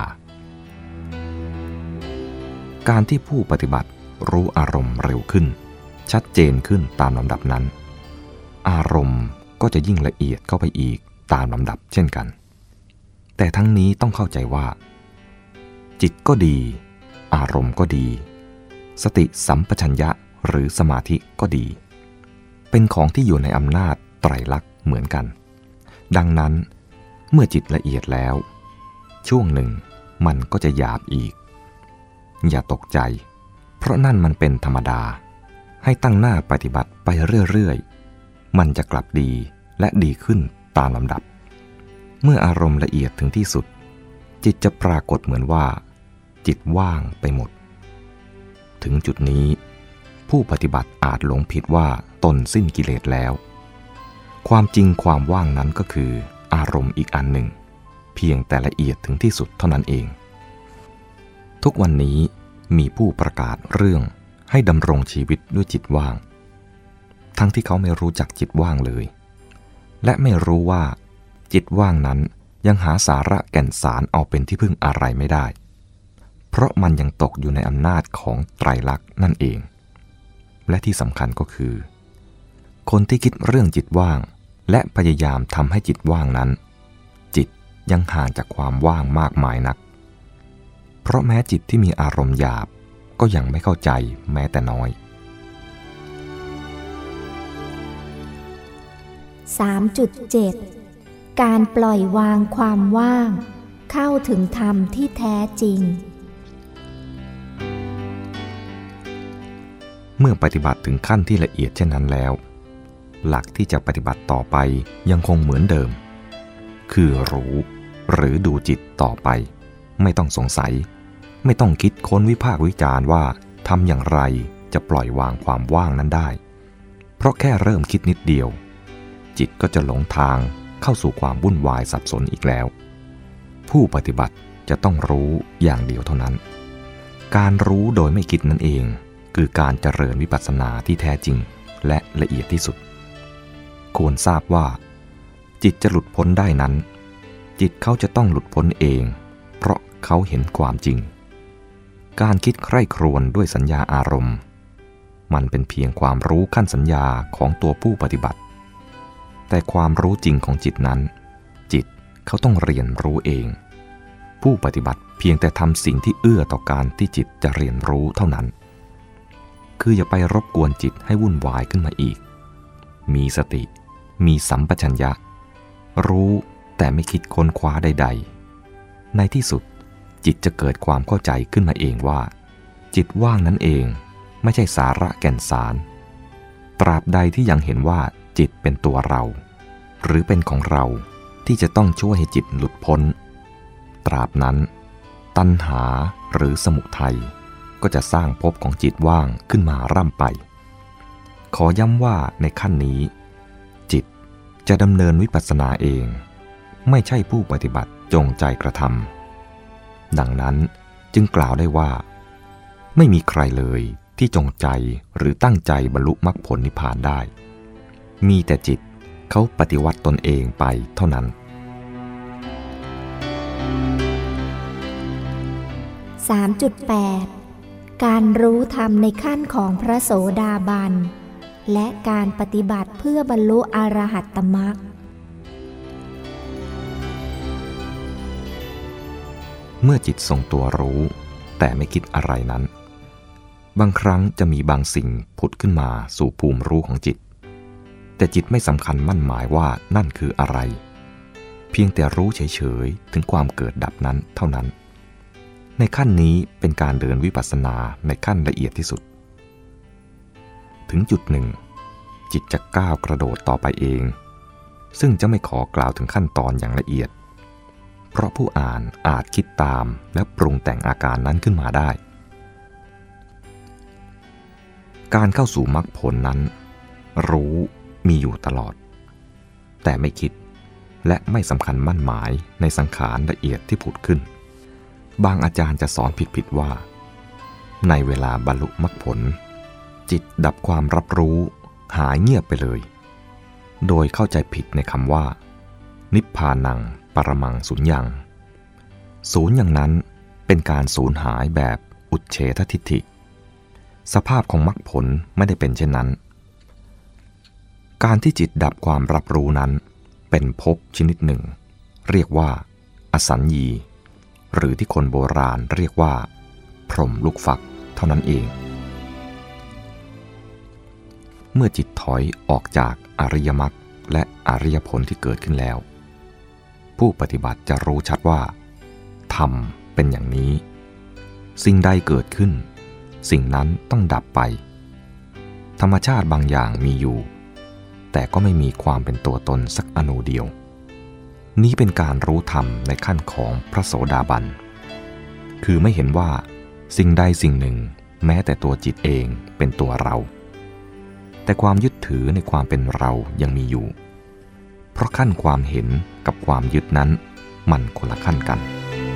การที่ผู้ปฏิบัติรู้อารมณ์เร็วขึ้นชัดเจนขึ้นตามลำดับนั้นอารมณ์ก็จะยิ่งละเอียดเข้าไปอีกตามลำดับเช่นกันแต่ทั้งนี้ต้องเข้าใจว่าจิตก็ดีอารมณ์ก็ดีสติสัมปชัญญะหรือสมาธิก็ดีเป็นของที่อยู่ในอำนาจไตรลักษณ์เหมือนกันดังนั้นเมื่อจิตละเอียดแล้วช่วงหนึ่งมันก็จะหยาบอีกอย่าตกใจเพราะนั่นมันเป็นธรรมดาให้ตั้งหน้าปฏิบัติไปเรื่อยๆมันจะกลับดีและดีขึ้นตามลำดับเมื่ออารมณ์ละเอียดถึงที่สุดจิตจะปรากฏเหมือนว่าจิตว่างไปหมดถึงจุดนี้ผู้ปฏิบัติอาจหลงผิดว่าตนสิ้นกิเลสแล้วความจริงความว่างนั้นก็คืออารมณ์อีกอันหนึ่งเพียงแต่ละเอียดถึงที่สุดเท่านั้นเองทุกวันนี้มีผู้ประกาศเรื่องให้ดำรงชีวิตด้วยจิตว่างทั้งที่เขาไม่รู้จักจิตว่างเลยและไม่รู้ว่าจิตว่างนั้นยังหาสาระแก่นสารเอาเป็นที่พึ่งอะไรไม่ได้เพราะมันยังตกอยู่ในอำนาจของไตรลักษณ์นั่นเองและที่สำคัญก็คือคนที่คิดเรื่องจิตว่างและพยายามทำให้จิตว่างนั้นจิตยังห่างจากความว่างมากมายนักเพราะแม้จิตที่มีอารมณ์หยาบก็ยังไม่เข้าใจแม้แต่น้อยสามจุดเจ็ด การปล่อยวางความว่างเข้าถึงธรรมที่แท้จริงเมื่อปฏิบัติถึงขั้นที่ละเอียดเช่นนั้นแล้วหลักที่จะปฏิบัติต่อไปยังคงเหมือนเดิมคือรู้หรือดูจิตต่อไปไม่ต้องสงสัยไม่ต้องคิดค้นวิพากษ์วิจารณ์ว่าทำอย่างไรจะปล่อยวางความว่างนั้นได้เพราะแค่เริ่มคิดนิดเดียวจิตก็จะหลงทางเข้าสู่ความวุ่นวายสับสนอีกแล้วผู้ปฏิบัติจะต้องรู้อย่างเดียวเท่านั้นการรู้โดยไม่คิดนั่นเองคือการเจริญวิปัสสนาที่แท้จริงและละเอียดที่สุดควรทราบว่าจิตจะหลุดพ้นได้นั้นจิตเขาจะต้องหลุดพ้นเองเพราะเขาเห็นความจริงการคิดใคร่ครวญด้วยสัญญาอารมณ์มันเป็นเพียงความรู้ขั้นสัญญาของตัวผู้ปฏิบัติแต่ความรู้จริงของจิตนั้นจิตเขาต้องเรียนรู้เองผู้ปฏิบัติเพียงแต่ทำสิ่งที่เอื้อต่อการที่จิตจะเรียนรู้เท่านั้นคืออย่าไปรบกวนจิตให้วุ่นวายขึ้นมาอีกมีสติมีสัมปชัญญะรู้แต่ไม่คิดค้นคว้าใดๆในที่สุดจิตจะเกิดความเข้าใจขึ้นมาเองว่าจิตว่างนั้นเองไม่ใช่สาระแก่นสารตราบใดที่ยังเห็นว่าจิตเป็นตัวเราหรือเป็นของเราที่จะต้องช่วยให้จิตหลุดพ้นตราบนั้นตัณหาหรือสมุทัยก็จะสร้างภพของจิตว่างขึ้นมาร่ำไปขอย้ำว่าในขั้นนี้จิตจะดำเนินวิปัสสนาเองไม่ใช่ผู้ปฏิบัติจงใจกระทำดังนั้นจึงกล่าวได้ว่าไม่มีใครเลยที่จงใจหรือตั้งใจบรรลุมรรคผลนิพพานได้มีแต่จิตเขาปฏิวัติตนเองไปเท่านั้นสามจุดแปด การรู้ธรรมในขั้นของพระโสดาบันและการปฏิบัติเพื่อบรรลุอรหัตตมรรคเมื่อจิตทรงตัวรู้แต่ไม่คิดอะไรนั้นบางครั้งจะมีบางสิ่งผุดขึ้นมาสู่ภูมิรู้ของจิตแต่จิตไม่สำคัญมั่นหมายว่านั่นคืออะไรเพียงแต่รู้เฉยๆถึงความเกิดดับนั้นเท่านั้นในขั้นนี้เป็นการเดินวิปัสสนาในขั้นละเอียดที่สุดถึงจุดหนึ่งจิตจะก้าวกระโดดต่อไปเองซึ่งจะไม่ขอกล่าวถึงขั้นตอนอย่างละเอียดเพราะผู้อ่านอาจคิดตามและปรุงแต่งอาการนั้นขึ้นมาได้การเข้าสู่มรรคผลนั้นรู้มีอยู่ตลอดแต่ไม่คิดและไม่สำคัญมั่นหมายในสังขารละเอียดที่ผุดขึ้นบางอาจารย์จะสอนผิดๆว่าในเวลาบรรลุมรรคผลจิตดับความรับรู้หายเงียบไปเลยโดยเข้าใจผิดในคำว่านิพพานังปปรมังสุญญังศูนย์อย่างนั้นเป็นการสูญหายแบบอุเฉททิฏฐิสภาพของมรรคผลไม่ได้เป็นเช่นนั้นการที่จิตดับความรับรู้นั้นเป็นภพชนิดหนึ่งเรียกว่าอสัญญีหรือที่คนโบราณเรียกว่าพรหมลูกฟักเท่านั้นเองเมื่อจิตถอยออกจากอริยมรรคและอริยผลที่เกิดขึ้นแล้วผู้ปฏิบัติจะรู้ชัดว่าธรรมเป็นอย่างนี้สิ่งใดเกิดขึ้นสิ่งนั้นต้องดับไปธรรมชาติบางอย่างมีอยู่แต่ก็ไม่มีความเป็นตัวตนสักอนูเดียวนี้เป็นการรู้ธรรมในขั้นของพระโสดาบันคือไม่เห็นว่าสิ่งใดสิ่งหนึ่งแม้แต่ตัวจิตเองเป็นตัวเราแต่ความยึดถือในความเป็นเรายังมีอยู่เพราะขั้นความเห็นกับความยึดนั้นมันคนละขั้นกัน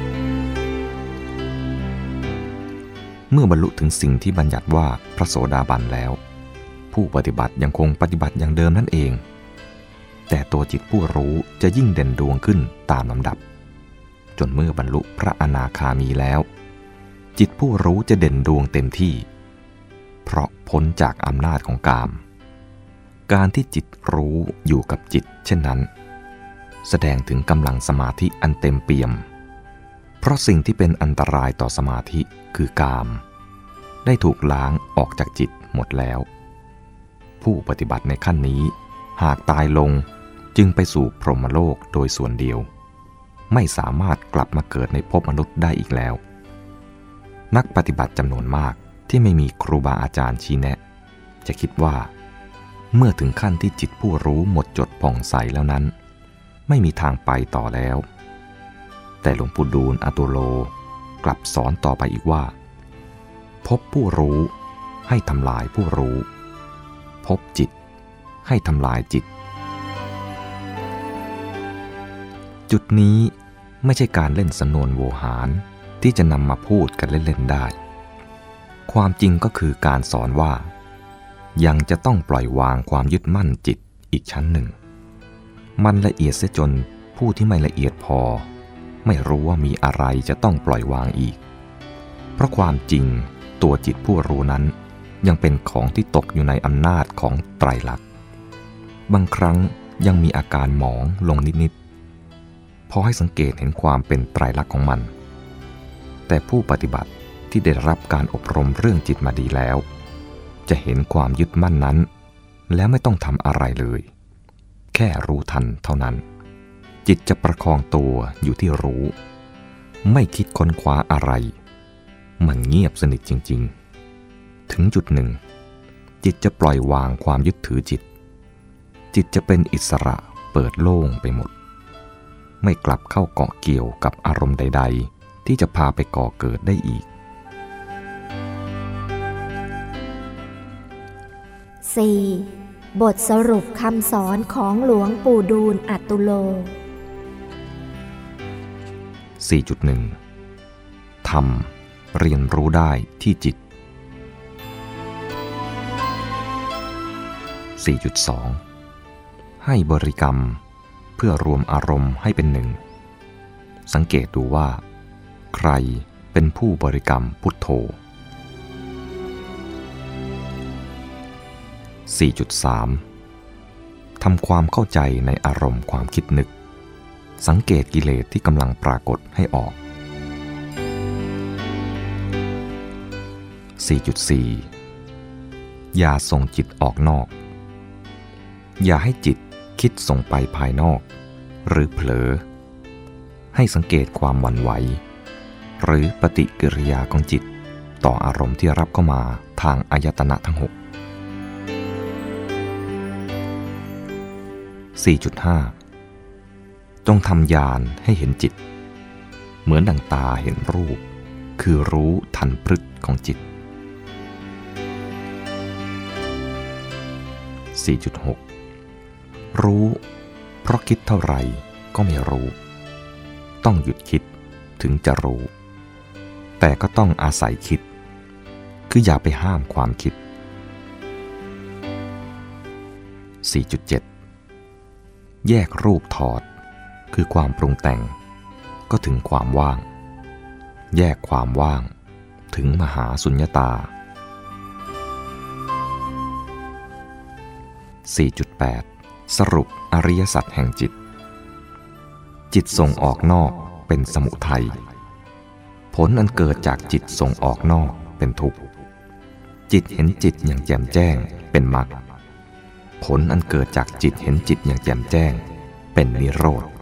เมื่อบรรลุถึงสิ่งที่บัญญัติว่าพระโสดาบันแล้วผู้ปฏิบัติยังคงปฏิบัติอย่างเดิมนั่นเองแต่ตัวจิตผู้รู้จะยิ่งเด่นดวงขึ้นตามลำดับจนเมื่อบรรลุพระอนาคามีแล้วจิตผู้รู้จะเด่นดวงเต็มที่เพราะพ้นจากอำนาจของกามการที่จิตรู้อยู่กับจิตเช่นนั้นแสดงถึงกำลังสมาธิอันเต็มเปี่ยมเพราะสิ่งที่เป็นอันตรายต่อสมาธิคือกามได้ถูกล้างออกจากจิตหมดแล้วผู้ปฏิบัติในขั้นนี้หากตายลงจึงไปสู่พรหมโลกโดยส่วนเดียวไม่สามารถกลับมาเกิดในภพมนุษย์ได้อีกแล้วนักปฏิบัติจำนวนมากที่ไม่มีครูบาอาจารย์ชี้แนะจะคิดว่าเมื่อถึงขั้นที่จิตผู้รู้หมดจดผ่องใสแล้วนั้นไม่มีทางไปต่อแล้วแต่หลวงปู่ดูลย์อตุโลกลับสอนต่อไปอีกว่าพบผู้รู้ให้ทำลายผู้รู้พบจิตให้ทำลายจิตจุดนี้ไม่ใช่การเล่นสำนวนโวหารที่จะนำมาพูดกันเล่นๆได้ความจริงก็คือการสอนว่ายังจะต้องปล่อยวางความยึดมั่นจิตอีกชั้นหนึ่งมันละเอียดเสียจนผู้ที่ไม่ละเอียดพอไม่รู้ว่ามีอะไรจะต้องปล่อยวางอีกเพราะความจริงตัวจิตผู้รู้นั้นยังเป็นของที่ตกอยู่ในอำนาจของไตรลักษณ์บางครั้งยังมีอาการหมองลงนิดๆพอให้สังเกตเห็นความเป็นไตรลักษณ์ของมันแต่ผู้ปฏิบัติที่ได้รับการอบรมเรื่องจิตมาดีแล้วจะเห็นความยึดมั่นนั้นแล้วไม่ต้องทำอะไรเลยแค่รู้ทันเท่านั้นจิตจะประคองตัวอยู่ที่รู้ไม่คิดค้นคว้าอะไรมันเงียบสนิทจริงๆถึงจุดหนึ่งจิตจะปล่อยวางความยึดถือจิตจิตจะเป็นอิสระเปิดโล่งไปหมดไม่กลับเข้าเกาะเกี่ยวกับอารมณ์ใดๆที่จะพาไปก่อเกิดได้อีกสี่. บทสรุปคำสอนของหลวงปู่ดูลย์อตุโลสี่จุดหนึ่ง ธรรมเรียนรู้ได้ที่จิต สี่จุดสอง ให้บริกรรมเพื่อรวมอารมณ์ให้เป็นหนึ่งสังเกตดูว่าใครเป็นผู้บริกรรมพุทโธ สี่จุดสาม ทำความเข้าใจในอารมณ์ความคิดนึกสังเกตกิเลสที่กำลังปรากฏให้ออก สี่จุดสี่ อย่าส่งจิตออกนอกอย่าให้จิตคิดส่งไปภายนอกหรือเผลอให้สังเกตความหวั่นไหวหรือปฏิกิริยาของจิตต่ออารมณ์ที่รับเข้ามาทางอายตนะทั้งหก สี่จุดห้า จงทำญาณให้เห็นจิตเหมือนดั่งตาเห็นรูปคือรู้ทันพฤติของจิต สี่จุดหก รู้เพราะคิดเท่าไหร่ก็ไม่รู้ต้องหยุดคิดถึงจะรู้แต่ก็ต้องอาศัยคิดคืออย่าไปห้ามความคิด สี่จุดเจ็ด แยกรูปถอดคือความปรุงแต่งก็ถึงความว่างแยกความว่างถึงมหาสุญญตา สี่จุดแปด สรุปอริยสัจแห่งจิตจิตส่งออกนอกเป็นสมุทัยผลอันเกิดจากจิตส่งออกนอกเป็นทุกข์จิตเห็นจิตอย่างแจ่มแจ้งเป็นมรรคผลอันเกิดจากจิตเห็นจิตอย่างแจ่มแจ้งเป็นนิโรธ